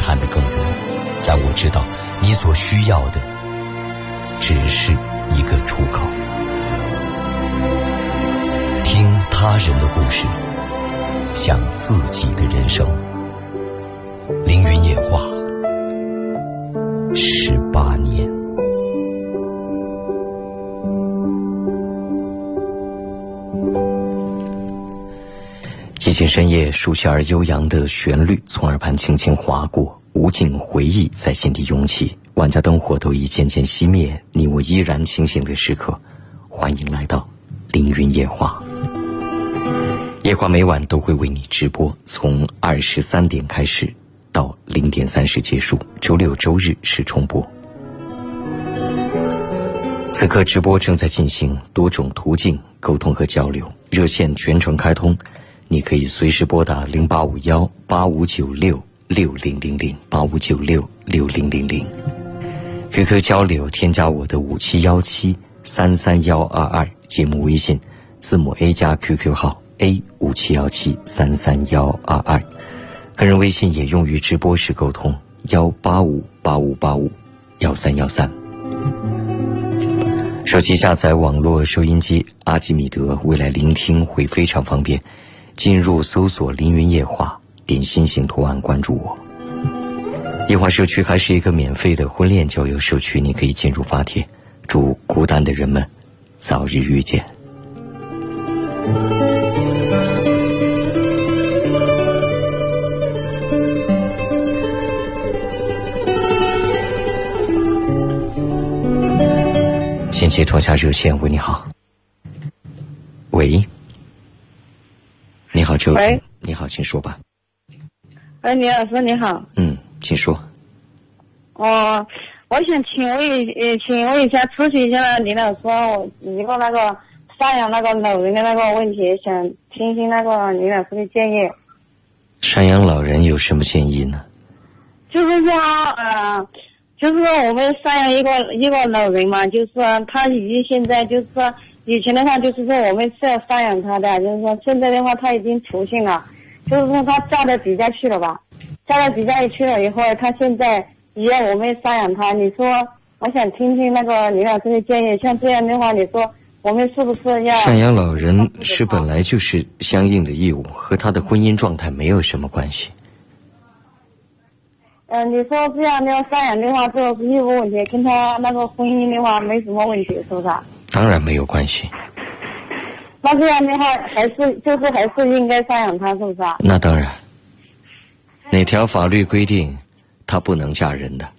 看得更远，但我知道你所需要的只是一个出口。听他人的故事，想自己的人生。凌云夜话18年。寂静深夜，熟悉而悠扬的旋律从耳畔轻轻划过，无尽回忆在心底涌起。万家灯火都已渐渐熄灭，你我依然清醒的时刻。欢迎来到凌云夜话。夜话每晚都会为你直播，从23点开始到0点30结束，周六周日是重播。此刻直播正在进行，多种途径沟通和交流，热线全程开通，你可以随时拨打0851-8596-6000，8596-6000。QQ 交流添加我的5717-33122，节目微信字母 A 加 QQ 号 A5717-33122，个人微信也用于直播时沟通18585851313。手机下载网络收音机阿基米德，未来聆听会非常方便。进入搜索凌云夜话，点心形图案关注我。夜话社区还是一个免费的婚恋交友社区，你可以进入发帖。祝孤单的人们早日遇见。先接通下热线，喂，你好。喂，你好，周。 喂， 你好，请说吧。 哎，李老师你好。 请说。 我想请问一下，咨询一下李老师，我一个那个赡养那个老人的那个问题，想听听那个李老师的建议。 赡养老人有什么建议呢？ 就是说就是我们赡养一个老人嘛，就是他已经现在就是说以前的话就是说我们是要赡养他的，就是说现在的话他已经出现了，就是说他嫁到别家去了吧，嫁到别家里去了以后，他现在也要我们赡养他。你说我想听听那个李老师的建议，像这样的话你说我们是不是要赡养老人是本来就是相应的义务，和他的婚姻状态没有什么关系。 你说这样的赡养的话，这个义务问题跟他那个婚姻的话没什么问题，是不是？ 当然没有关系。 那这样的话还是应该赡养他，是不是？ 那当然。哪条法律规定他不能嫁人的？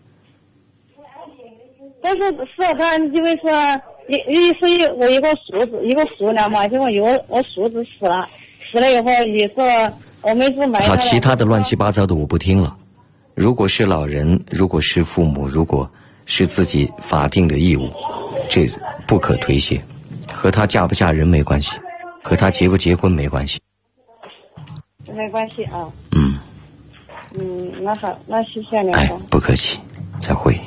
但是他因为是我一个叔娘嘛，结果我叔子死了以后也是我们是埋汰了。 好，其他的乱七八糟的我不听了。如果是老人，如果是父母，如果是自己法定的义务，这不可推卸，和他嫁不嫁人没关系，和他结不结婚没关系。 没关系啊。那好，那谢谢你。 不客气，再会。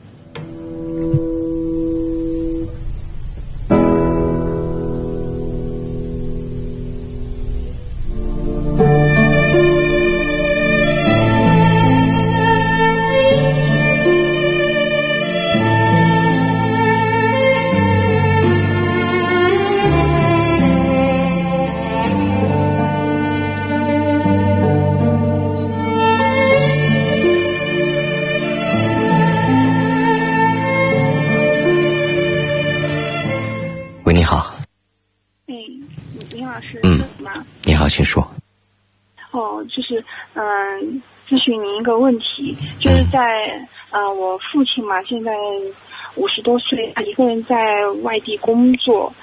喂，你好。 林老师。 你好，请说。 就是咨询您一个问题，就是在我父亲嘛，现在50多岁，他一个人在外地工作。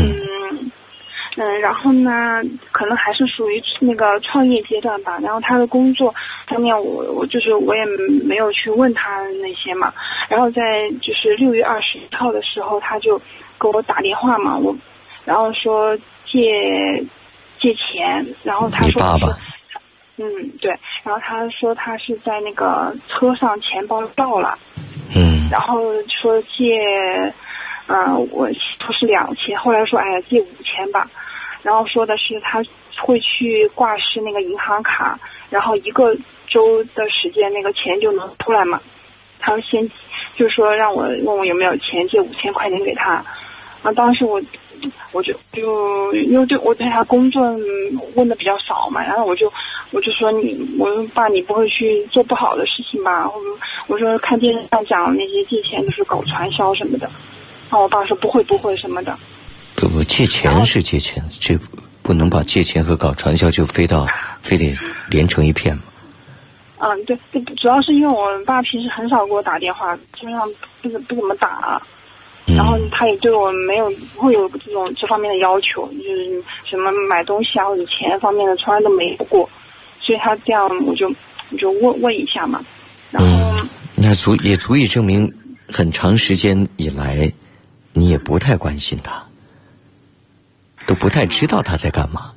然后呢，可能还是属于那个创业阶段吧。然后他的工作方面，我也没有去问他那些嘛。然后在就是6月21号的时候，他就给我打电话嘛，然后说借钱，然后他说你爸爸。 对，然后他说他是在那个车上钱包掉了。然后说借。我说是2000，后来说借5000吧，然后说的是他会去挂失那个银行卡，然后一个周的时间，那个钱就能出来嘛。他先就是说让我问我有没有钱借5000块钱给他。当时我就因为我对他工作问的比较少嘛，然后我就说我说爸，你不会去做不好的事情吧？我说看电视上讲那些借钱都是搞传销什么的。我爸说不会什么的。 不，借钱是借钱，这不能把借钱和搞传销就非得连成一片嘛。 对，主要是因为我爸平时很少给我打电话，基本上不怎么打。然后他也对我不会有这方面的要求，就是什么买东西啊或者钱方面的从来都没有过，所以他这样我就问一下嘛。然后那也足以证明很长时间以来你也不太关心他，都不太知道他在干嘛。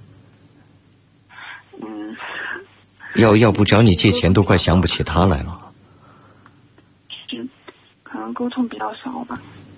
要不找你借钱都快想不起他来了。 可能沟通比较少吧。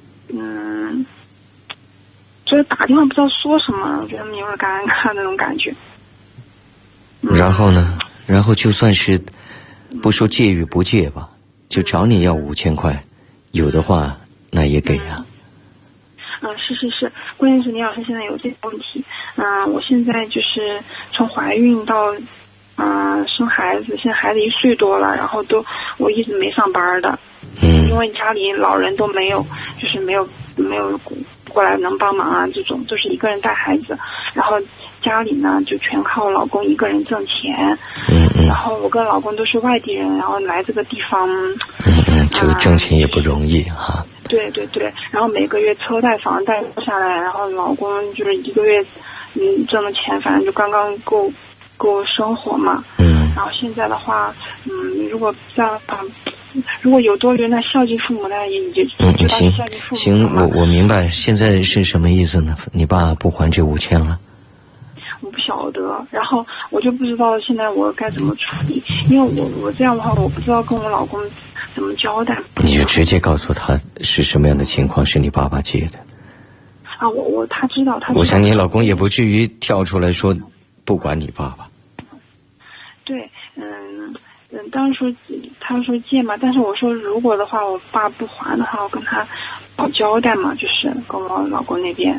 就是打电话不知道说什么，我觉得有点尴尬那种感觉。 然后呢？然后就算是不说借与不借吧，就找你要5000块，有的话那也给啊。 是，关键是李老师现在有这个问题。我现在就是从怀孕到生孩子，现在孩子1岁多了，然后我一直没上班的。因为家里老人都没有，就是没有过来能帮忙啊，这种就是一个人带孩子，然后家里呢就全靠我老公一个人挣钱。然后我跟老公都是外地人，然后来这个地方， 这个挣钱也不容易哈。 对，然后每个月车贷房贷下来，然后老公就是1个月挣的钱反正就刚刚够生活嘛。然后现在的话，如果这样如果有多余，那孝敬父母呢也就当孝敬父母。 行，我明白现在是什么意思呢？你爸不还这5000了？ 我不晓得，然后我就不知道现在我该怎么处理，因为我这样的话，我不知道跟我老公怎么交代。 你就直接告诉他是什么样的情况，是你爸爸借的。 他知道。 我想你老公也不至于跳出来说不管你爸爸。 对，当时他说借嘛，但是我说如果的话，我爸不还的话，我跟他搞交代嘛，就是跟我老公那边，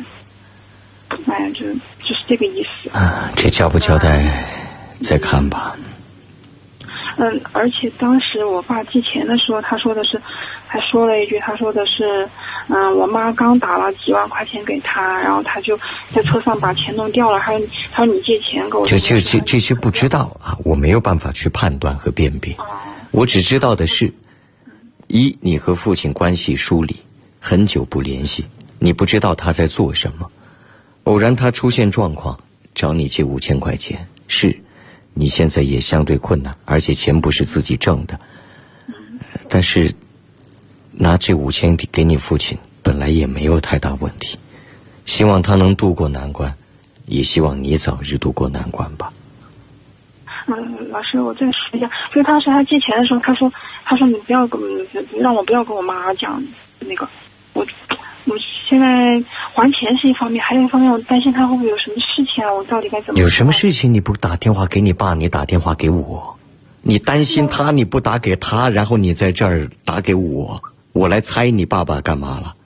就是这个意思。 这交不交代再看吧。 而且当时我爸借钱的时候，还说了一句，他说的是，我妈刚打了几万块钱给他，然后他就在车上把钱弄掉了，他说你借钱给我。 这些不知道啊，我没有办法去判断和辨别。我只知道的是，你和父亲关系疏离，很久不联系，你不知道他在做什么。偶然他出现状况，找你借5000块钱，你现在也相对困难，而且钱不是自己挣的。但是拿这5000给你父亲，本来也没有太大问题。希望他能度过难关，也希望你早日度过难关吧。 老师，我再说一下，就是当时他借钱的时候，他说你不要让我不要跟我妈讲那个，我现在还钱是一方面，还有一方面我担心他会不会有什么事情啊，我到底该怎么？ 有什么事情你不打电话给你爸，你打电话给我？你担心他，你不打给他，然后你在这儿打给我，我来猜你爸爸干嘛了？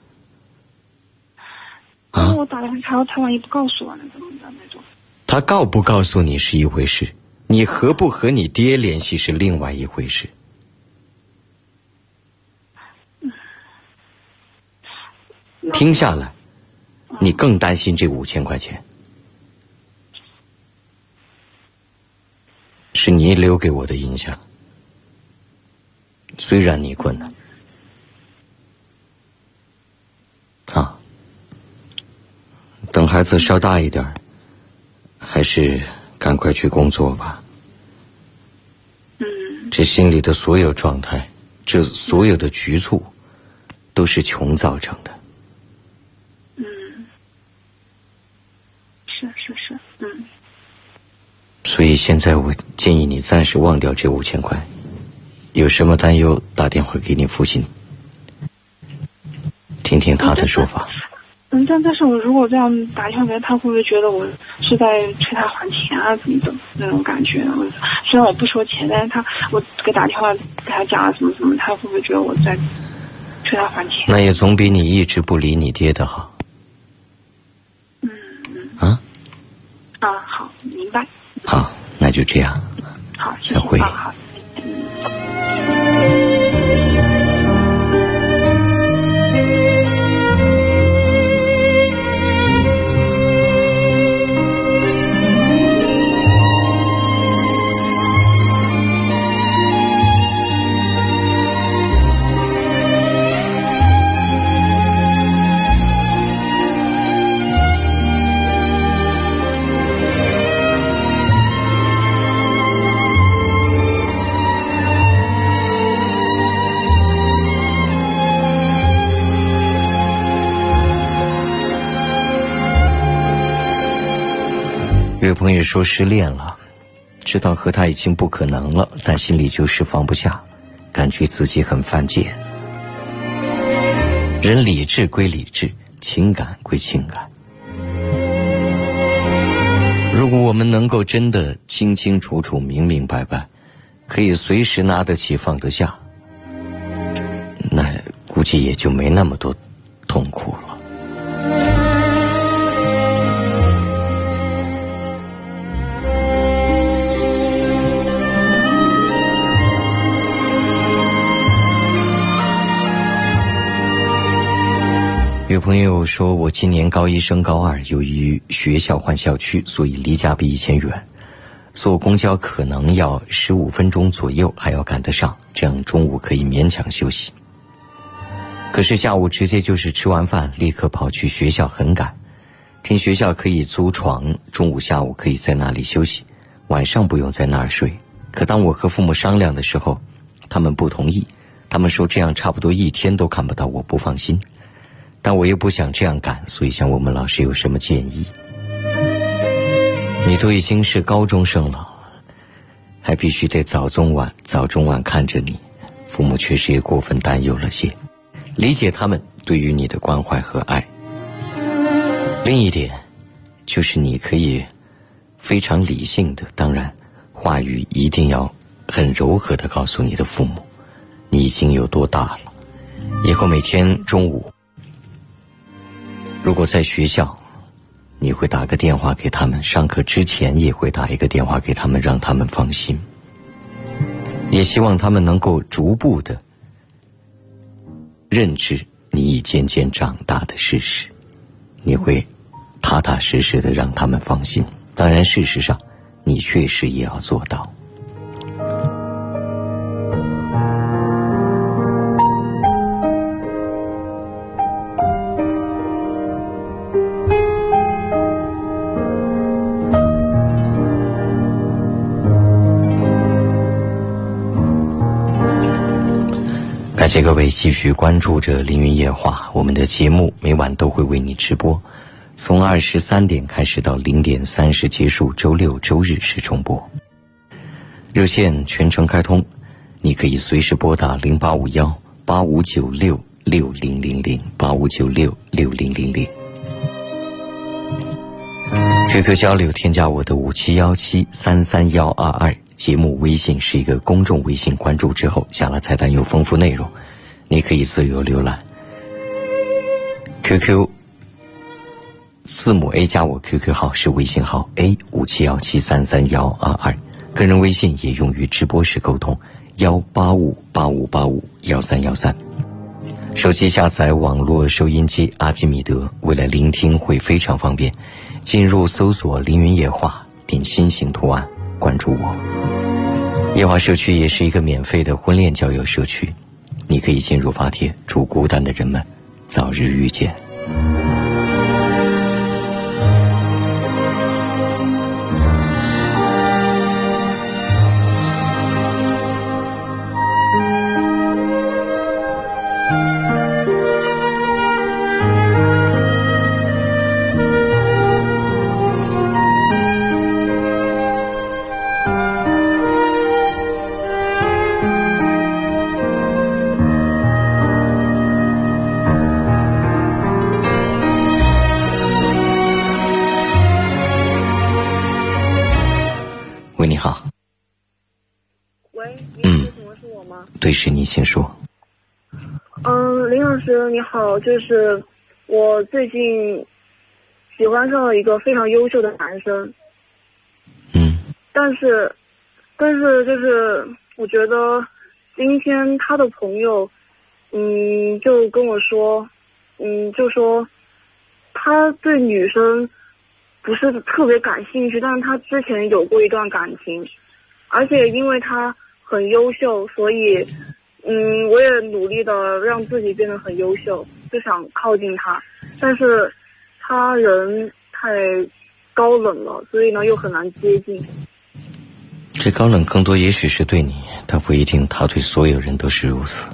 我打电话他万一不告诉我呢，怎么的那种？ 他告不告诉你是一回事，你和不和你爹联系是另外一回事。听下来，你更担心这5000块钱，是你留给我的印象。虽然你困难，等孩子稍大一点，还是赶快去工作吧。这心里的所有状态，这所有的局促，都是穷造成的。 是， 所以现在我建议你暂时忘掉这5000块，有什么担忧打电话给你父亲，听听他的说法。 但是我如果这样打电话给他，他会不会觉得我是在催他还钱啊，怎么的那种感觉？虽然我不说钱，但是我给打电话给他讲啊什么什么，他会不会觉得我在催他还钱？ 那也总比你一直不理你爹的好。 好，明白。 好，那就这样。 好， 再会。 好。 有朋友说失恋了，知道和他已经不可能了，但心里就是放不下，感觉自己很犯贱。人理智归理智，情感归情感。如果我们能够真的清清楚楚、明明白白，可以随时拿得起放得下，那估计也就没那么多痛苦了。有朋友说，我今年高一升高二，由于学校换校区，所以离家比以前远，坐公交可能要15分钟左右，还要赶得上，这样中午可以勉强休息。可是下午直接就是吃完饭立刻跑去学校，很赶。听学校可以租床，中午下午可以在那里休息，晚上不用在那儿睡。可当我和父母商量的时候，他们不同意，他们说这样差不多一天都看不到我，不放心。但我又不想这样赶，所以想问问老师有什么建议。你都已经是高中生了，还必须得早中晚看着你，父母确实也过分担忧了些，理解他们对于你的关怀和爱。另一点就是你可以非常理性的，当然话语一定要很柔和的告诉你的父母，你已经有多大了，以后每天中午如果在学校，你会打个电话给他们，上课之前也会打一个电话给他们，让他们放心。也希望他们能够逐步的认知你已渐渐长大的事实，你会踏踏实实的让他们放心。当然事实上你确实也要做到。感谢各位继续关注着凌云夜话，我们的节目每晚都会为你直播，从23点开始到0点30结束，周六周日是重播。热线全程开通，你可以随时拨打085185966000 85966000。QQ 交流添加我的5717331122，节目微信是一个公众微信，关注之后下了菜单有丰富内容，你可以自由浏览。QQ 字母 A 加我 QQ 号是微信号 A5717331122，个人微信也用于直播时沟通18585851313。手机下载网络收音机阿基米德，为了聆听会非常方便，进入搜索凌云夜话，点心形图案关注我。夜话社区也是一个免费的婚恋交友社区，你可以进入发帖，祝孤单的人们早日遇见。 好吗？ 对，是你先说。 林老师你好，就是我最近喜欢上了一个非常优秀的男生。但是就是我觉得今天他的朋友就跟我说就说他对女生不是特别感兴趣，但是他之前有过一段感情，而且因为他很优秀，所以我也努力的让自己变得很优秀，就想靠近他，但是他人太高冷了，所以呢又很难接近。 这高冷更多也许是对你，但不一定他对所有人都是如此。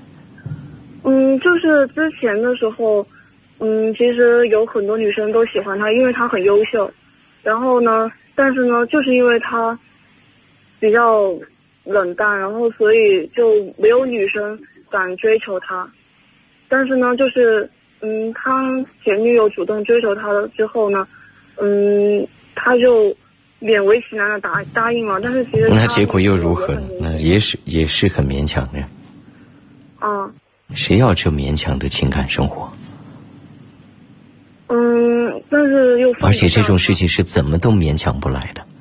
就是之前的时候其实有很多女生都喜欢他，因为他很优秀，然后呢但是呢就是因为他比较冷淡，然后所以就没有女生敢追求他。但是呢就是他前女友主动追求他了之后呢他就勉为其难的答应了，但是其实那结果又如何呢？那也是很勉强的。谁要这勉强的情感生活？ 但是又而且这种事情是怎么都勉强不来的。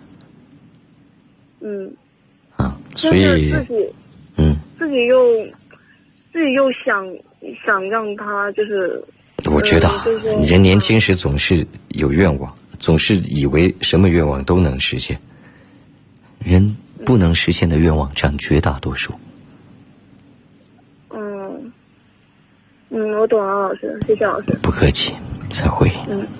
所以自己又想让他就是。我知道，人年轻时总是有愿望，总是以为什么愿望都能实现。人不能实现的愿望占绝大多数。 我懂了，老师，谢谢老师。 不客气，再会。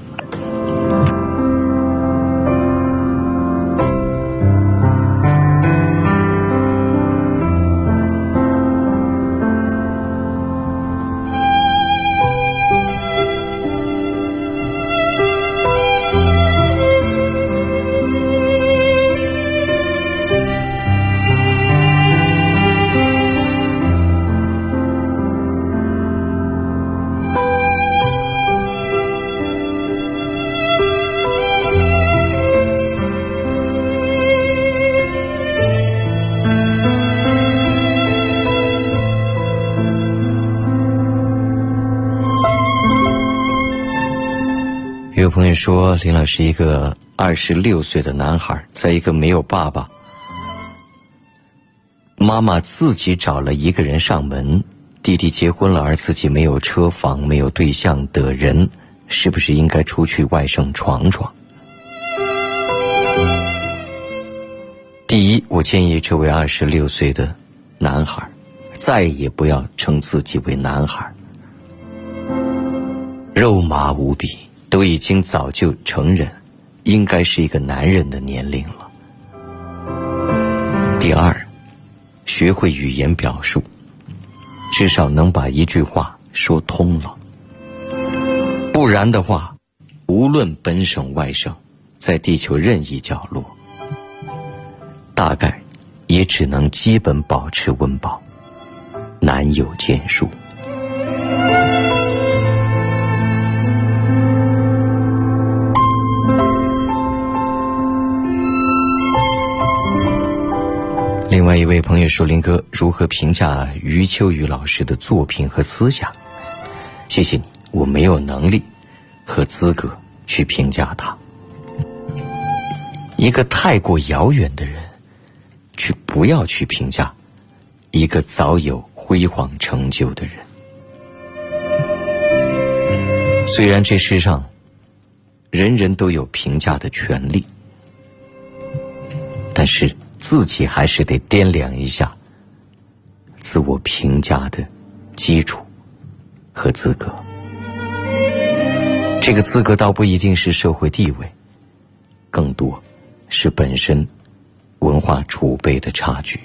有朋友说，林老师一个26岁的男孩，在一个没有爸爸，妈妈自己找了一个人上门，弟弟结婚了，而自己没有车房没有对象的人，是不是应该出去外省闯闯？第一，我建议这位26岁的男孩再也不要称自己为男孩，肉麻无比，都已经早就成人，应该是一个男人的年龄了。第二，学会语言表述，至少能把一句话说通了。不然的话，无论本省外省，在地球任意角落，大概也只能基本保持温饱，难有建树。另外一位朋友说，林哥如何评价余秋雨老师的作品和思想？谢谢你，我没有能力和资格去评价他。一个太过遥远的人，不要去评价一个早有辉煌成就的人。虽然这世上人人都有评价的权利，但是自己还是得掂量一下自我评价的基础和资格。这个资格倒不一定是社会地位，更多是本身文化储备的差距。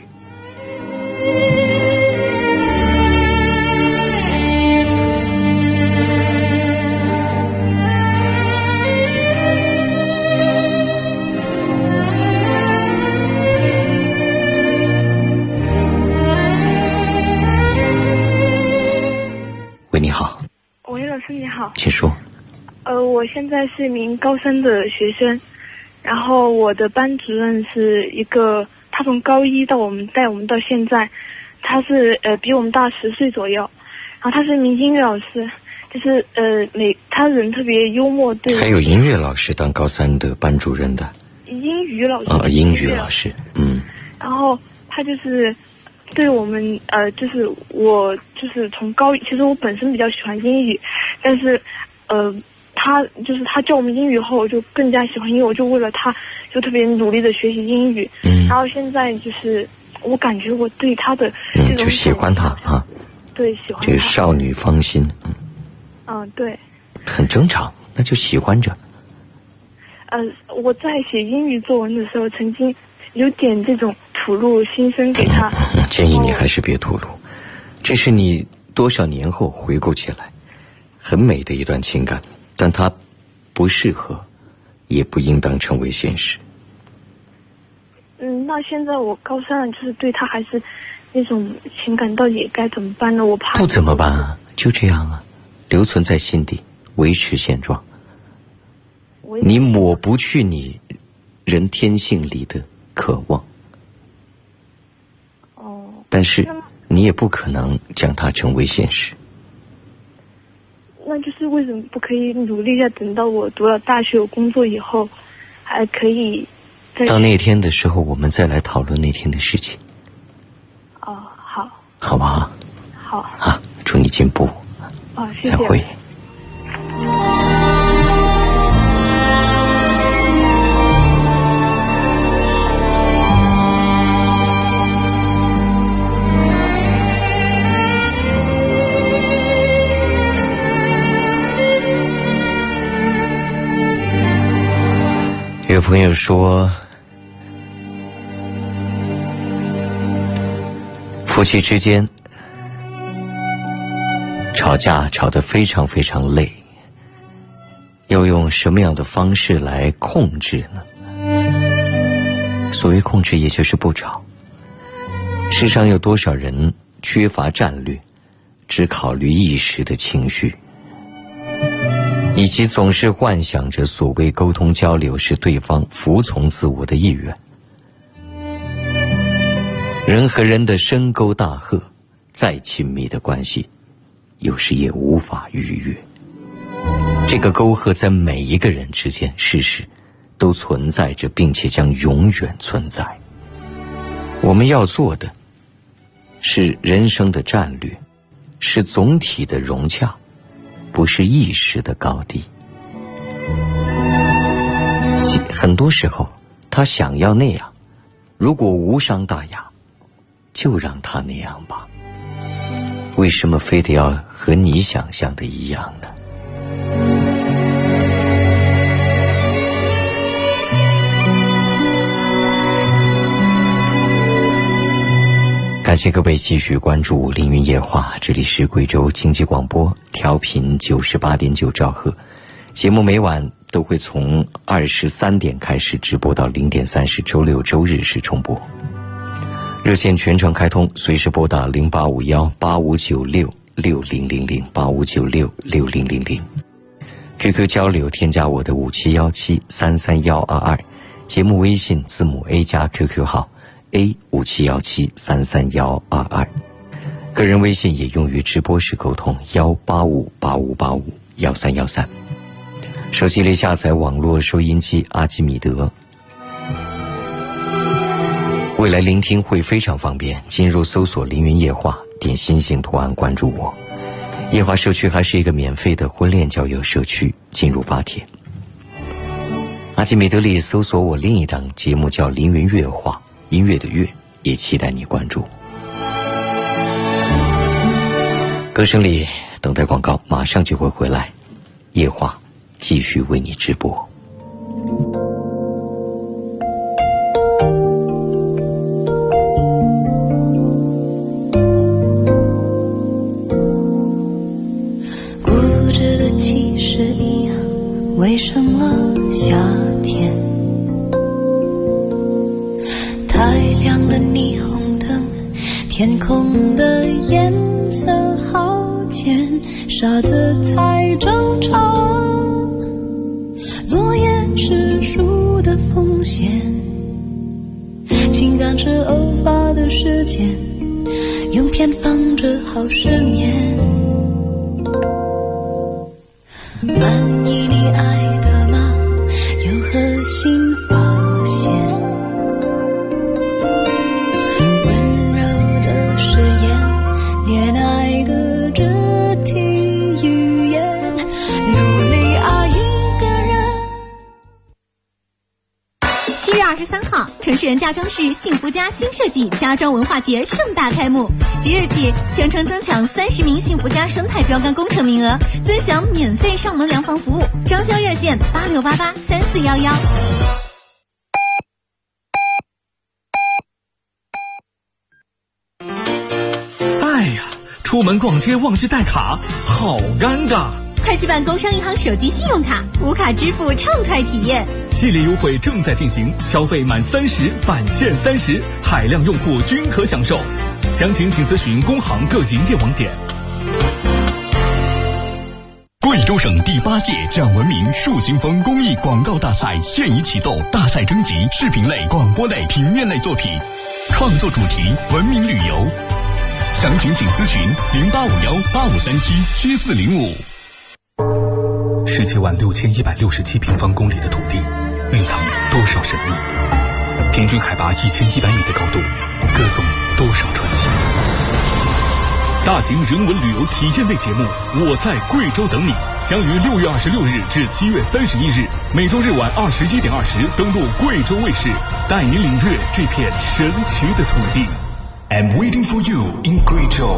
喂，你好。 喂，老师你好。 请说。 我现在是一名高三的学生，然后我的班主任是一个，他从高一到带我们到现在， 他是比我们大10岁左右，然后他是一名音乐老师，就是他人特别幽默。对， 还有音乐老师当高3的班主任的。 英语老师。 英语老师， 然后他就是对我们就是我就是其实我本身比较喜欢英语，但是他教我们英语后，我就更加喜欢英语，我就为了他就特别努力的学习英语。然后现在就是我感觉我对他的这种就喜欢他啊。 对，喜欢他。 这个少女芳心。 对。 很正常，那就喜欢着。 我在写英语作文的时候，曾经有点这种吐露心声给他。 建议你还是别吐露，这是你多少年后回顾起来很美的一段情感，但它不适合，也不应当成为现实。 那现在我高3了，就是对他还是那种情感，到底该怎么办呢？我怕不怎么办啊，就这样啊，留存在心底，维持现状。你抹不去你人天性里的渴望，但是你也不可能将它成为现实。 那就是为什么不可以努力一下，等到我读了大学有工作以后，还可以到那天的时候，我们再来讨论那天的事情。 好， 好不好？ 好啊，祝你进步。 谢谢。 再会。有朋友说，夫妻之间吵架吵得非常非常累，要用什么样的方式来控制呢？所谓控制，也就是不吵。世上有多少人缺乏战略，只考虑一时的情绪，以及总是幻想着所谓沟通交流是对方服从自我的意愿。人和人的深沟大壑，再亲密的关系，有时也无法逾越。这个沟壑在每一个人之间，事实都存在着，并且将永远存在。我们要做的是人生的战略，是总体的融洽，不是一时的高低。很多时候他想要那样，如果无伤大雅，就让他那样吧。为什么非得要和你想象的一样呢？感谢各位继续关注凌云夜话，这里是贵州经济广播，调频98.9兆赫。节目每晚都会从23点开始直播到0点30，周六周日是重播。热线全程开通，随时拨打08518596000085966000。QQ 交流添加我的5717331122，节目微信字母 A 加 QQ 号A5717331122，个人微信也用于直播时沟通18585851313。手机里下载网络收音机阿基米德，未来聆听会非常方便。进入搜索凌云夜话，点星星图案关注我。夜话社区还是一个免费的婚恋交友社区，进入发帖。阿基米德里搜索我另一档节目叫凌云乐话，音乐的乐，也期待你关注。歌声里等待广告，马上就会回来。夜话继续为你直播。 固执的其实一样围上了夏天，太亮的霓虹灯，天空的颜色好浅，傻子才正常。落叶是树的风险，情感是偶发的事件， 用偏方治好失眠。满意你爱的吗？有何新发现？温柔的誓言，恋爱的肢体语言，努力爱一个人。 7月23号，城市人家装饰幸福家新设计家装文化节盛大开幕。即日起，全城争抢30名幸福家生态标杆工程名额，尊享免费上门量房服务。装修热线86883411。 哎呀，出门逛街忘记带卡，好尴尬。 快去办工商银行手机信用卡，无卡支付畅快体验。 系列优惠正在进行，消费满30返现30，海量用户均可享受。详情请咨询工行各营业网点。 贵州省第8届讲文明树新风公益广告大赛现已启动，大赛征集视频类、广播类、平面类作品，创作主题文明旅游。详情请咨询085185377405。176167平方公里的土地，蕴藏多少神秘？平均海拔1100米的高度，歌颂多少传奇？大型人文旅游体验类节目《我在贵州等你》将于6月26日至7月31日，每周日晚21点20登陆贵州卫视，带您领略这片神奇的土地。I'm waiting for you in 贵州。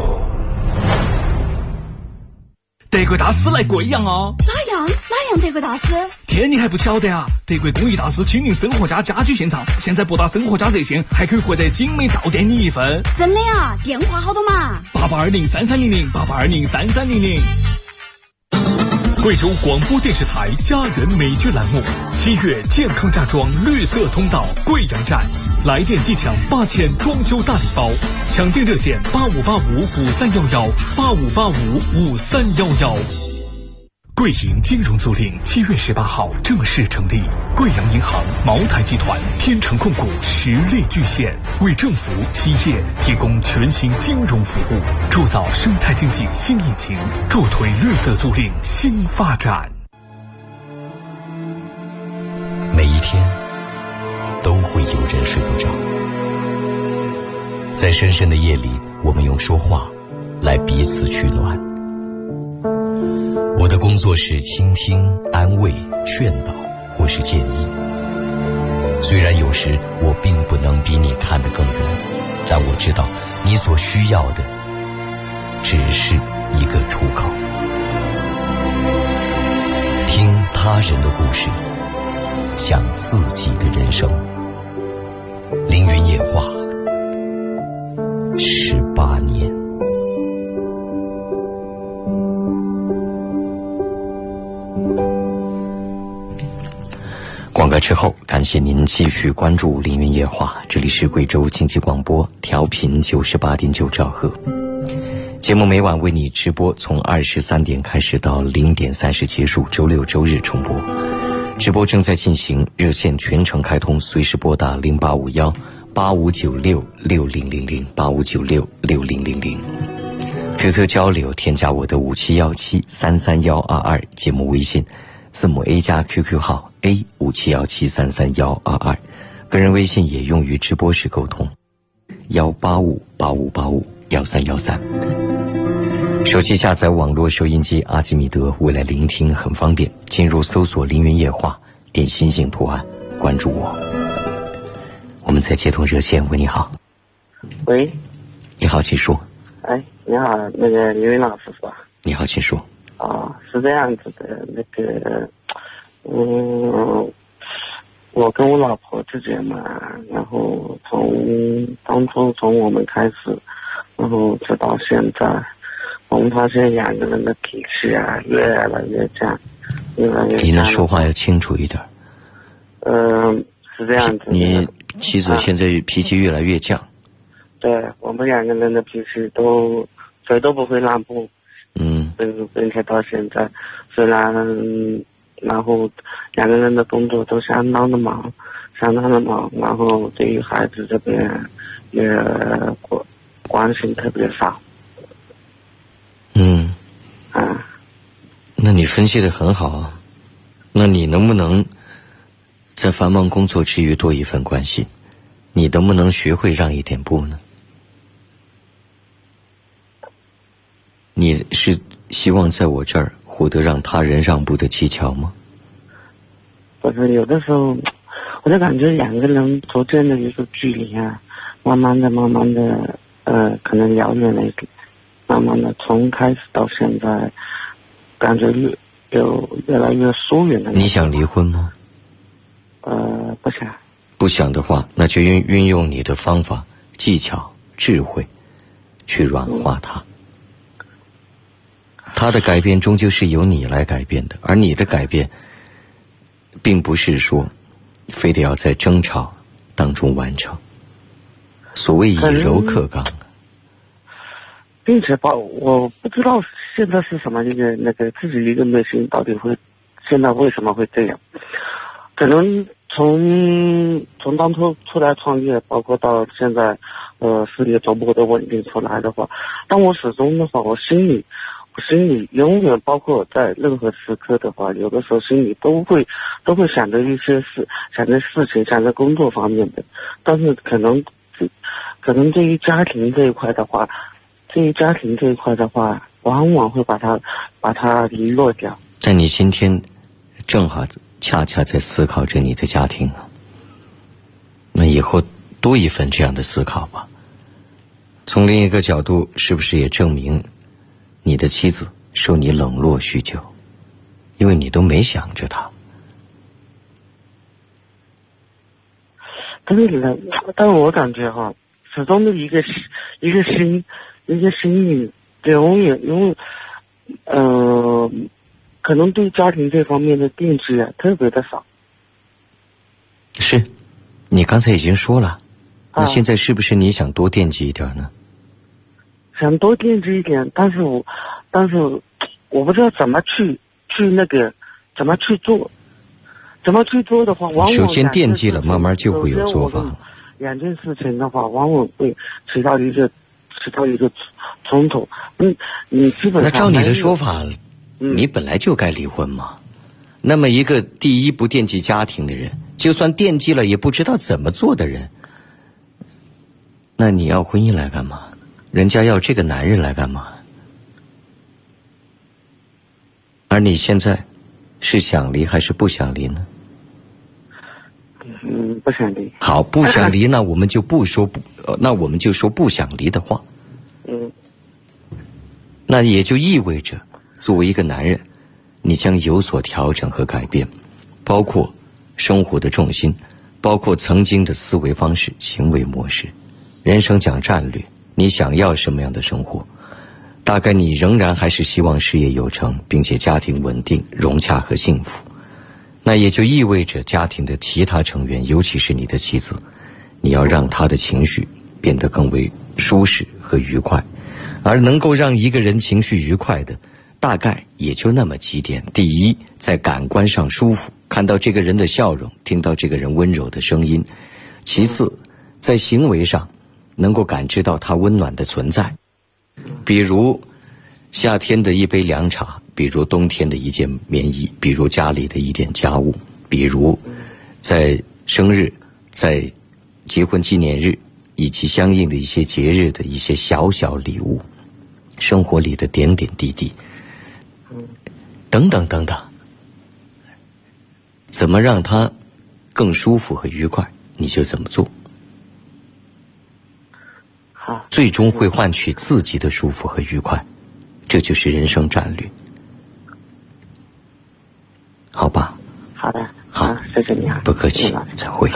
德国大师来贵阳哦！ 哪样德国大师？ 天，你还不晓得啊？德国工艺大师亲临生活家家居现场，现在拨打生活家热线还可以获得精美到店礼一份。 真的啊？电话好多嘛 ？88203300，88203300。贵州广播电视台家园美剧栏目，7月健康家装绿色通道贵阳站，来电即抢8000装修大礼包，抢订热线85855311，85855311。贵银金融租赁7月18号正式成立，贵阳银行、茅台集团、天成控股实力巨献，为政府、企业提供全新金融服务，铸造生态经济新引擎，助推绿色租赁新发展。 每一天都会有人睡不着，在深深的夜里，我们用说话来彼此取暖。我的工作是倾听、安慰、劝导或是建议。虽然有时我并不能比你看得更远，但我知道你所需要的只是一个出口。听他人的故事，想自己的人生。凌云夜话18年。广告之后，感谢您继续关注凌云夜话，这里是贵州经济广播，调频98.9兆赫。节目每晚为你直播，从23点开始到0点30结束，周六周日重播。直播正在进行，热线全程开通，随时拨打085185966000，85966000。QQ 交流，添加我的5717331122，节目微信字母 A 加 QQ 号 A5717331122，个人微信也用于直播时沟通，18585851313。手机下载网络收音机阿基米德，未来聆听很方便，进入搜索凌云夜话，点心形图案，关注我。我们再接通热线，喂，你好。 喂， 你好，请说。 哎，你好，那个凌云老师是吧？ 你好，请说。 是这样子的，那个，我跟我老婆之间嘛，然后当初从我们开始，然后直到现在，我们发现两个人的脾气啊越来越犟，越来越犟。 你能说话要清楚一点。 是这样子的。 你妻子现在脾气越来越犟。 对，我们两个人的脾气谁都不会让步。并且到现在，虽然然后两个人的工作都相当的忙，然后对于孩子这边也关心特别少。 那你分析得很好啊。那你能不能在繁忙工作之余多一份关心？你能不能学会让一点步呢？你是希望在我这儿获得让他人让步的技巧吗？ 不是，有的时候我就感觉两个人逐渐的一个距离啊，慢慢的可能遥远了一点，慢慢的从开始到现在感觉越来越疏远了。 你想离婚吗？ 不想。 不想的话，那就运用你的方法、技巧、智慧去软化它。他的改变终究是由你来改变的，而你的改变并不是说非得要在争吵当中完成。所谓以柔克刚， 并且我不知道现在是什么一个自己一个内心到底现在为什么会这样？可能从当初出来创业，包括到现在事业逐步的稳定出来的话，但我始终的话，我心里永远，包括在任何时刻的话，有的时候心里都会想着一些事，想着事情，想着工作方面的，但是可能对于家庭这一块的话，往往会把它遗落掉。 但你今天正好恰恰在思考着你的家庭啊，那以后多一份这样的思考吧。从另一个角度，是不是也证明你的妻子受你冷落许久，因为你都没想着她。 对了，但我感觉哈，始终的一个心里永远可能对家庭这方面的惦记啊特别的少。 是，你刚才已经说了，那现在是不是你想多惦记一点呢？ 想多惦记一点，但是我不知道怎么去做的话，往往首先惦记了，慢慢就会有做法了。 两件事情的话，往往会起到一个冲突。你基本上那照你的说法，你本来就该离婚嘛。那么一个第一不惦记家庭的人，就算惦记了也不知道怎么做的人，那你要婚姻来干嘛？人家要这个男人来干嘛？而你现在是想离还是不想离呢？ 不想离。 好，不想离，那我们就说不想离的话。那也就意味着，作为一个男人，你将有所调整和改变，包括生活的重心，包括曾经的思维方式、行为模式。人生讲战略，你想要什么样的生活？大概你仍然还是希望事业有成，并且家庭稳定、融洽和幸福。那也就意味着家庭的其他成员，尤其是你的妻子，你要让她的情绪变得更为舒适和愉快。而能够让一个人情绪愉快的，大概也就那么几点。第一，在感官上舒服，看到这个人的笑容，听到这个人温柔的声音。其次，在行为上能够感知到他温暖的存在，比如夏天的一杯凉茶，比如冬天的一件棉衣，比如家里的一点家务，比如在生日、在结婚纪念日以及相应的一些节日的一些小小礼物，生活里的点点滴滴，等等等等，怎么让他更舒服和愉快，你就怎么做。 好， 最终会换取自己的舒服和愉快，这就是人生战略，好吧？ 好的， 好， 谢谢你啊， 不客气，再会。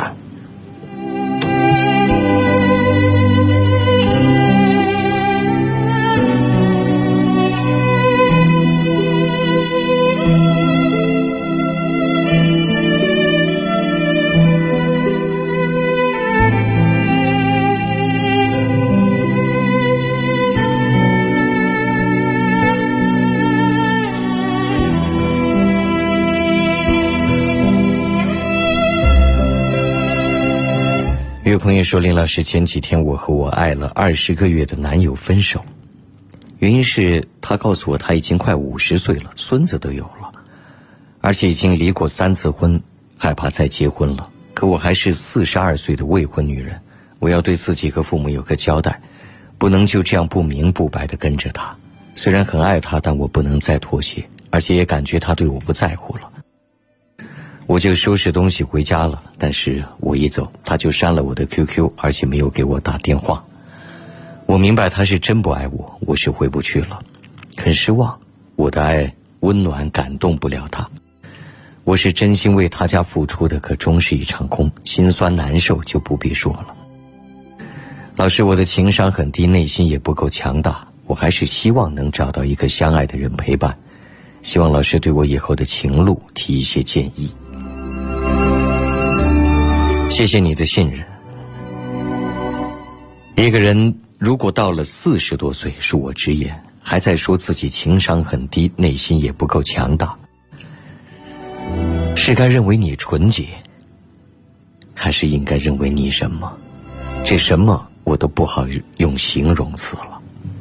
有朋友说，林老师，前几天我和我爱了20个月的男友分手，原因是他告诉我他已经快50岁了，孙子都有了，而且已经离过3次婚，害怕再结婚了。可我还是42岁的未婚女人，我要对自己和父母有个交代，不能就这样不明不白地跟着他。虽然很爱他，但我不能再妥协，而且也感觉他对我不在乎了。我就收拾东西回家了，但是我一走，他就删了我的 QQ， 而且没有给我打电话。我明白他是真不爱我，我是回不去了，很失望，我的爱温暖感动不了他。我是真心为他家付出的，可终是一场空，心酸难受就不必说了。老师，我的情商很低，内心也不够强大，我还是希望能找到一个相爱的人陪伴，希望老师对我以后的情路提一些建议。谢谢你的信任。一个人如果到了40多岁，恕我直言，还在说自己情商很低，内心也不够强大，是该认为你纯洁，还是应该认为你什么？这什么我都不好用形容词了。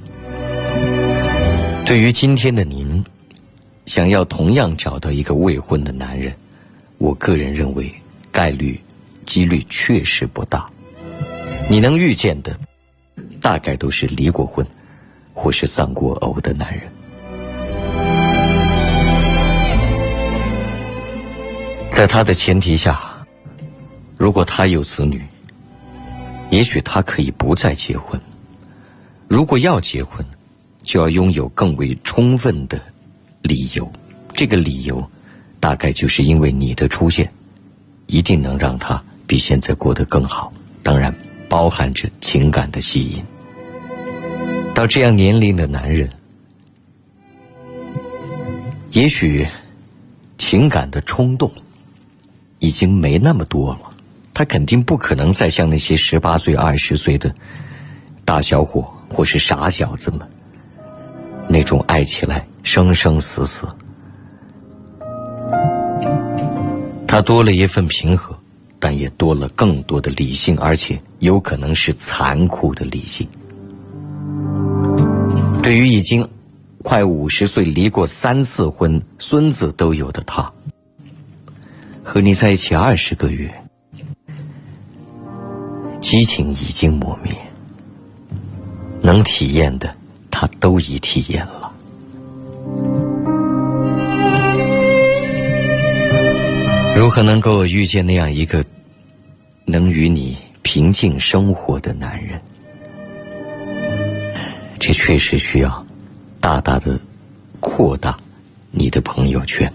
对于今天的您，想要同样找到一个未婚的男人，我个人认为几率确实不大。你能遇见的大概都是离过婚或是丧过偶的男人。在他的前提下，如果他有子女，也许他可以不再结婚。如果要结婚，就要拥有更为充分的理由，这个理由大概就是因为你的出现一定能让他比现在过得更好，当然包含着情感的吸引。到这样年龄的男人，也许情感的冲动已经没那么多了，他肯定不可能再像那些18岁、20岁的大小伙或是傻小子们那种爱起来生生死死。他多了一份平和，但也多了更多的理性，而且有可能是残酷的理性。对于已经快50岁、离过3次婚、孙子都有的他，和你在一起20个月，激情已经磨灭，能体验的他都已体验了。如何能够遇见那样一个能与你平静生活的男人？这确实需要大大的扩大你的朋友圈。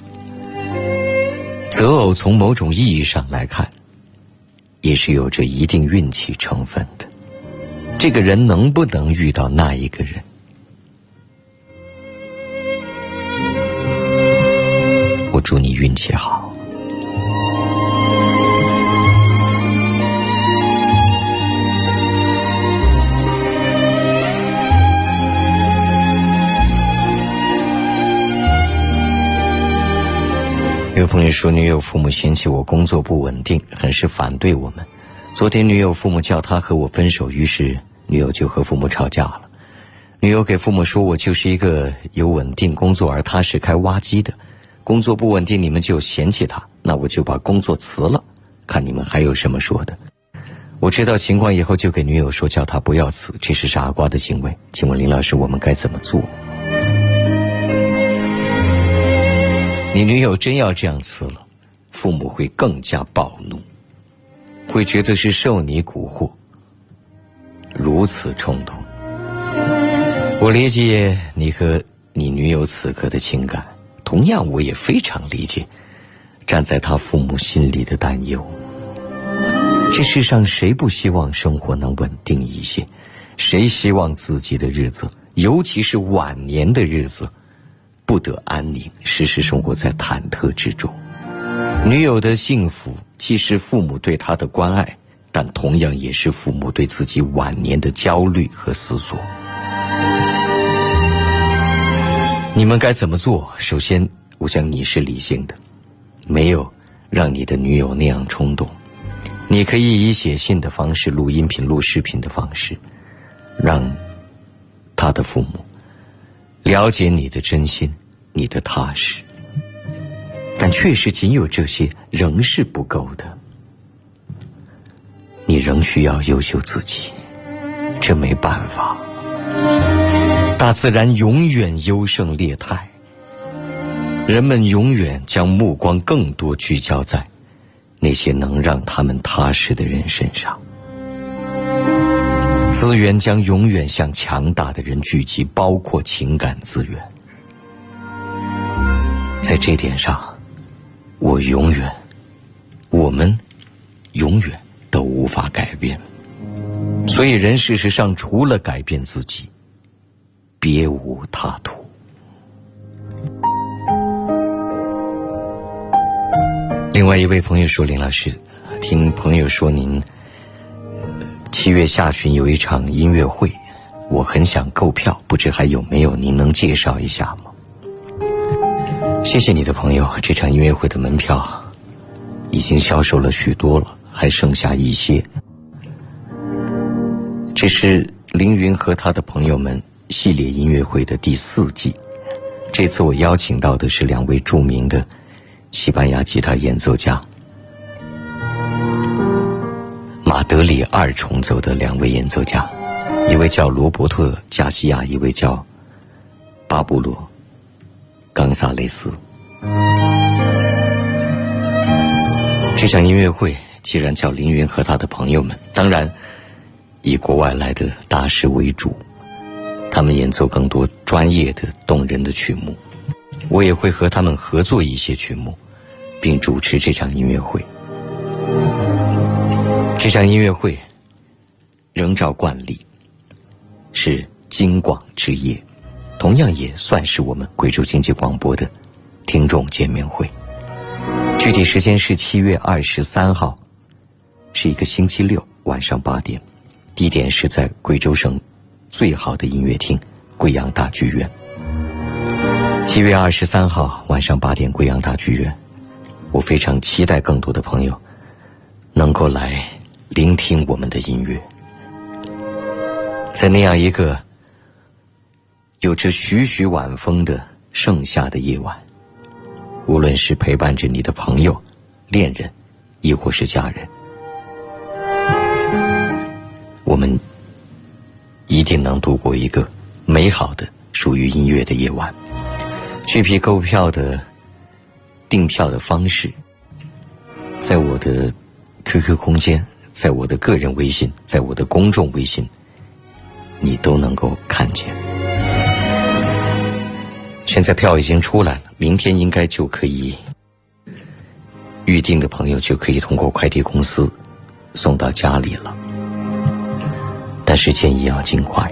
择偶从某种意义上来看，也是有着一定运气成分的。这个人能不能遇到那一个人，我祝你运气好。有朋友说，女友父母嫌弃我工作不稳定，很是反对我们。昨天女友父母叫他和我分手，于是女友就和父母吵架了。女友给父母说，我就是一个有稳定工作，而他是开挖机的，工作不稳定你们就嫌弃他，那我就把工作辞了，看你们还有什么说的。我知道情况以后就给女友说，叫他不要辞，这是傻瓜的行为。请问林老师，我们该怎么做？你女友真要这样辞了，父母会更加暴怒，会觉得是受你蛊惑，如此冲动。我理解你和你女友此刻的情感，同样我也非常理解站在他父母心里的担忧。这世上谁不希望生活能稳定一些？谁希望自己的日子，尤其是晚年的日子，不得安宁，时时生活在忐忑之中。女友的幸福既是父母对她的关爱，但同样也是父母对自己晚年的焦虑和思索。你们该怎么做？首先，我想你是理性的，没有让你的女友那样冲动。 你可以以写信的方式、录音频、录视频的方式，让他的父母了解你的真心、你的踏实。但确实仅有这些仍是不够的，你仍需要优秀自己，这没办法。大自然永远优胜劣汰，人们永远将目光更多聚焦在那些能让他们踏实的人身上，资源将永远向强大的人聚集，包括情感资源。在这点上，我们永远都无法改变。所以人事实上除了改变自己，别无他途。另外一位朋友说，林老师，听朋友说您7月下旬有一场音乐会，我很想购票，不知还有没有，您能介绍一下吗？谢谢你的朋友，这场音乐会的门票已经销售了许多了，还剩下一些。这是凌云和他的朋友们系列音乐会的第4季，这次我邀请到的是2位著名的西班牙吉他演奏家，马德里2重奏的2位演奏家，一位叫罗伯特·加西亚，一位叫巴布罗·冈萨雷斯。这场音乐会既然叫凌云和他的朋友们，当然以国外来的大师为主，他们演奏更多专业的动人的曲目，我也会和他们合作一些曲目，并主持这场音乐会。这场音乐会仍照惯例是京广之夜，同样也算是我们贵州经济广播的听众见面会。具体时间是7月23号，是一个星期六晚上8点，地点是在贵州省最好的音乐厅贵阳大剧院。7月23号晚上8点，贵阳大剧院，我非常期待更多的朋友能够来聆听我们的音乐。在那样一个有着徐徐晚风的盛夏的夜晚，无论是陪伴着你的朋友、恋人，亦或是家人，我们一定能度过一个美好的属于音乐的夜晚。具体购票的订票的方式，在我的 QQ 空间，在我的个人微信，在我的公众微信，你都能够看见。现在票已经出来了，明天应该就可以预定的朋友就可以通过快递公司送到家里了，但是建议要尽快。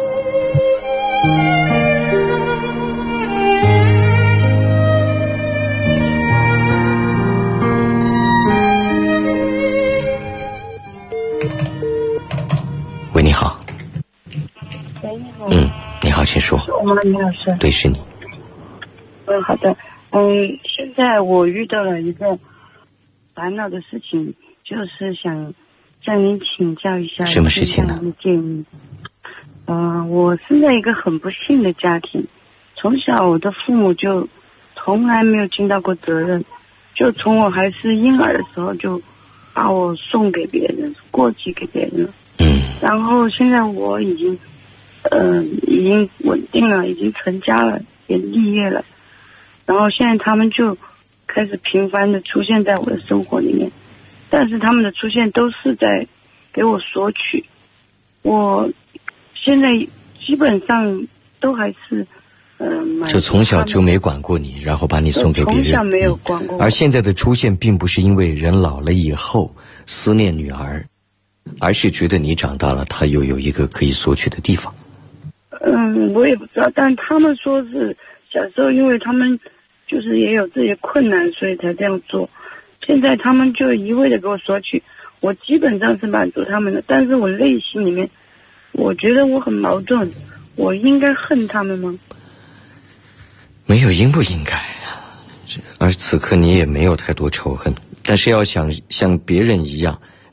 喂，你好。 喂，你好。 你好，请说。 是我吗，李老师？ 对，是你。 好的。现在我遇到了一个烦恼的事情，就是想向您请教一下什么事情呢？ 建议。我生在一个很不幸的家庭，从小我的父母就从来没有尽到过责任，就从我还是婴儿的时候就把我送给别人，过继给别人了。然后现在我已经稳定了，已经成家了，也立业了。然后现在他们就开始频繁的出现在我的生活里面，但是他们的出现都是在给我索取。我现在基本上都还是就从小就没管过你，然后把你送给别人。 从小没有管过我。 而现在的出现并不是因为人老了以后思念女儿，而是觉得你长大了，他又有一个可以索取的地方。 我也不知道，但他们说是小时候因为他们就是也有自己的困难，所以才这样做。现在他们就一味的给我索取，我基本上是满足他们的，但是我内心里面我觉得我很矛盾，我应该恨他们吗？ 没有应不应该而此刻你也没有太多仇恨，但是要想像别人一样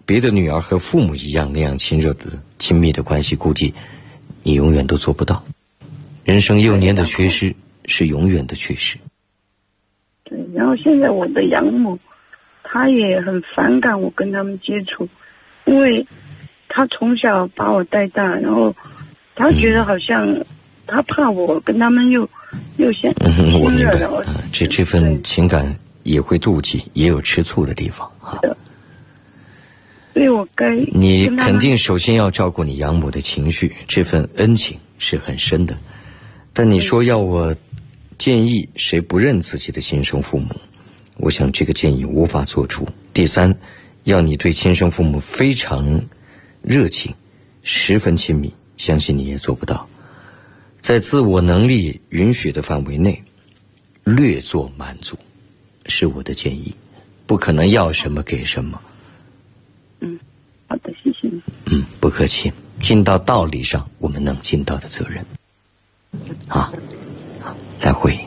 别的女儿和父母一样那样亲热的亲密的关系，估计你永远都做不到。人生幼年的缺失是永远的缺失。 对，然后现在我的养母，她也很反感我跟他们接触，因为她从小把我带大，然后她觉得好像她怕我跟他们又像我明白，这份情感也会妒忌，也有吃醋的地方啊。 所以我你肯定首先要照顾你养母的情绪，这份恩情是很深的。但你说要我建议谁不认自己的亲生父母，我想这个建议无法做出。第三，要你对亲生父母非常热情，十分亲密，相信你也做不到。在自我能力允许的范围内，略作满足，是我的建议。不可能要什么给什么。 好的，谢谢你。 不客气。尽到道理上我们能尽到的责任。好，再会。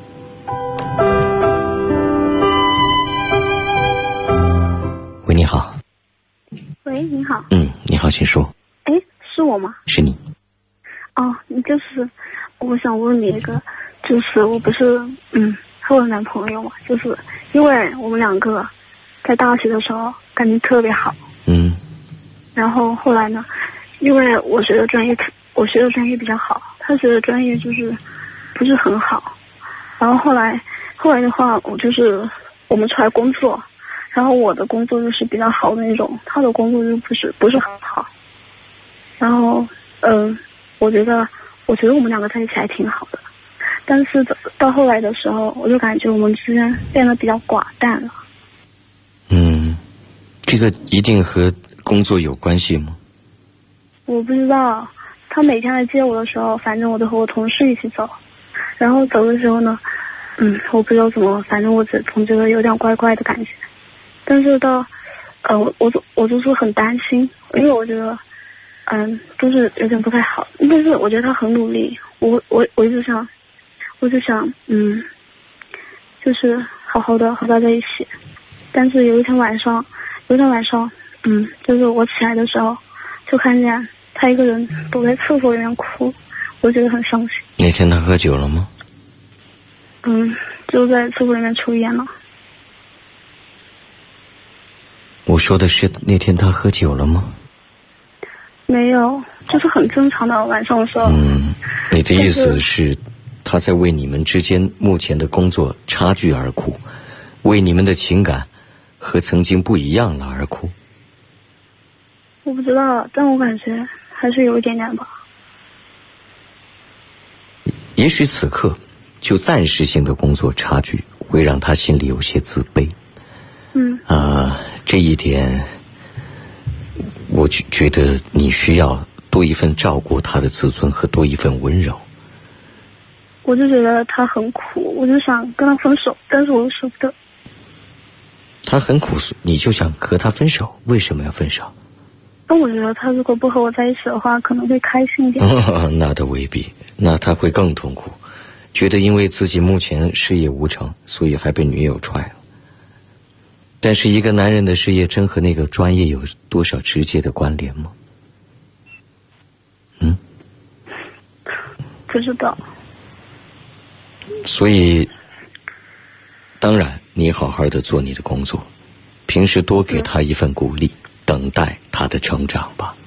喂，你好。 喂，你好。 你好，请说。 哎，是我吗？ 是你。 哦，就是我想问你一个，就是我不是和我男朋友嘛，就是因为我们两个在大学的时候感情特别好。然后后来呢，因为我学的专业比较好，他学的专业就是不是很好。然后后来的话，我们出来工作，然后我的工作就是比较好的那种，他的工作就不是很好。然后我觉得我们两个在一起还挺好的，但是到后来的时候，我就感觉我们之间变得比较寡淡了。 这个一定和工作有关系吗？ 我不知道，他每天来接我的时候，反正我都和我同事一起走，然后走的时候呢，我不知道怎么，反正我总觉得有点怪怪的感觉。但是到我就是很担心，因为我觉得就是有点不太好。但是我觉得他很努力，我一直想就是好好的在一起。但是有一天晚上，就是我起来的时候，就看见他一个人躲在厕所里面哭，我觉得很伤心。 那天他喝酒了吗？ 就在厕所里面抽烟了。 我说的是那天他喝酒了吗？ 没有，就是很正常的晚上的时候。 你的意思是他在为你们之间目前的工作差距而哭，为你们的情感和曾经不一样了而哭？ 我不知道，但我感觉还是有一点点吧。 也许此刻就暂时性的工作差距会让他心里有些自卑。这一点我觉得你需要多一份照顾他的自尊和多一份温柔。 我就觉得他很苦，我就想跟他分手，但是我又舍不得。 他很苦，你就想和他分手？为什么要分手？ 但我觉得他如果不和我在一起的话，可能会开心一点。 那倒未必，那他会更痛苦，觉得因为自己目前事业无成，所以还被女友踹了。但是一个男人的事业真和那个专业有多少直接的关联吗？ 不知道。 所以当然你好好的做你的工作，平时多给他一份鼓励，等待他的成长吧。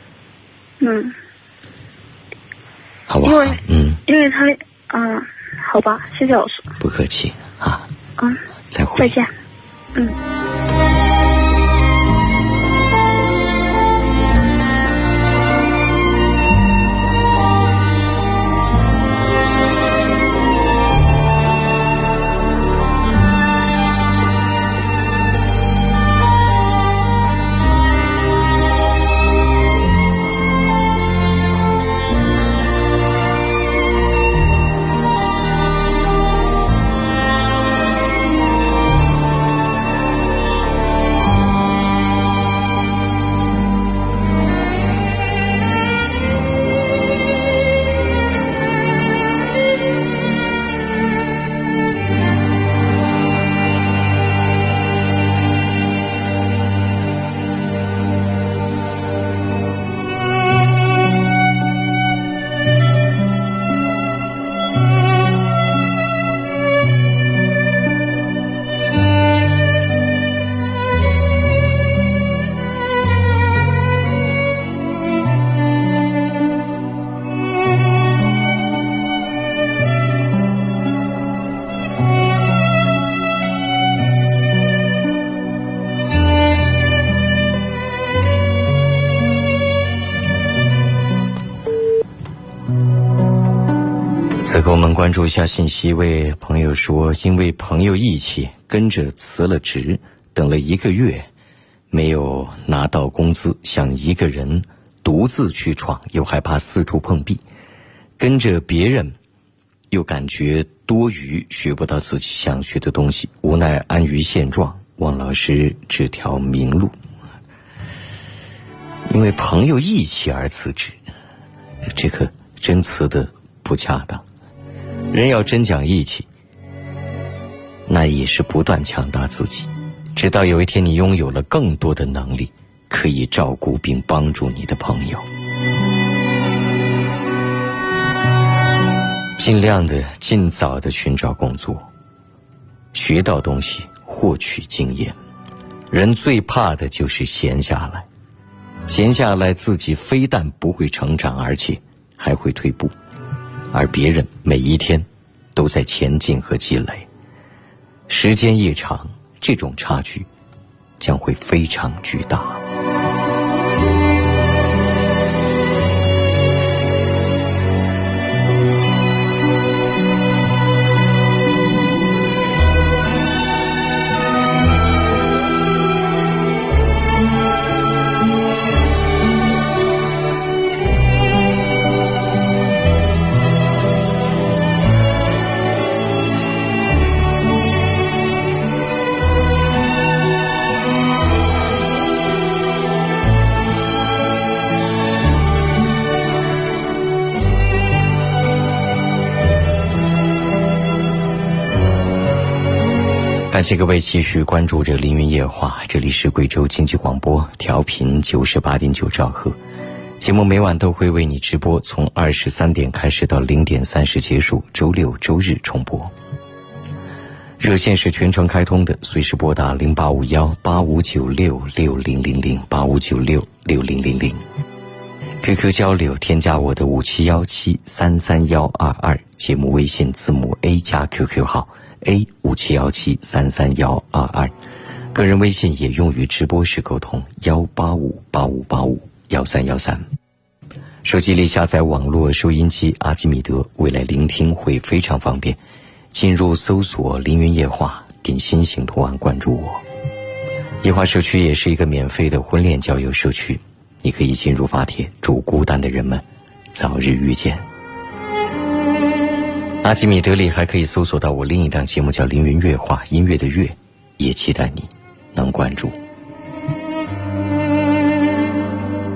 好不好？ 因为他好吧，谢谢老师。 不客气啊。再会。 再见。 此刻我们关注一下信息，一位朋友说，因为朋友义气，跟着辞了职，等了1个月，没有拿到工资，想一个人独自去闯，又害怕四处碰壁，跟着别人又感觉多余，学不到自己想学的东西，无奈安于现状。望老师指条明路。因为朋友义气而辞职，这个真辞的不恰当。人要真讲义气，那也是不断强大自己，直到有一天你拥有了更多的能力，可以照顾并帮助你的朋友。尽量的尽早的寻找工作，学到东西，获取经验。人最怕的就是闲下来，闲下来自己非但不会成长，而且还会退步，而别人每一天都在前进和积累。时间一长，这种差距将会非常巨大。感谢各位继续关注着凌云夜话，这里是贵州经济广播，调频98.9兆赫。节目每晚都会为你直播，从23点开始到0点30结束，周六周日重播。热线是全程开通的，随时拨打085185966000，85966000。QQ 交流，添加我的5717331122，节目微信字母 A 加 QQ 号A5717331122，个人微信也用于直播时沟通18585851313。手机里下载网络收音机阿基米德，未来聆听会非常方便。进入搜索凌云夜话，点心形图案关注我。夜话社区也是一个免费的婚恋交友社区，你可以进入发帖，祝孤单的人们早日遇见。阿基米德里还可以搜索到我另一档节目叫凌云乐话，音乐的乐，也期待你能关注。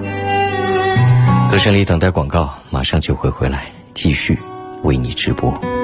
歌声里等待广告，马上就会回来继续为你直播。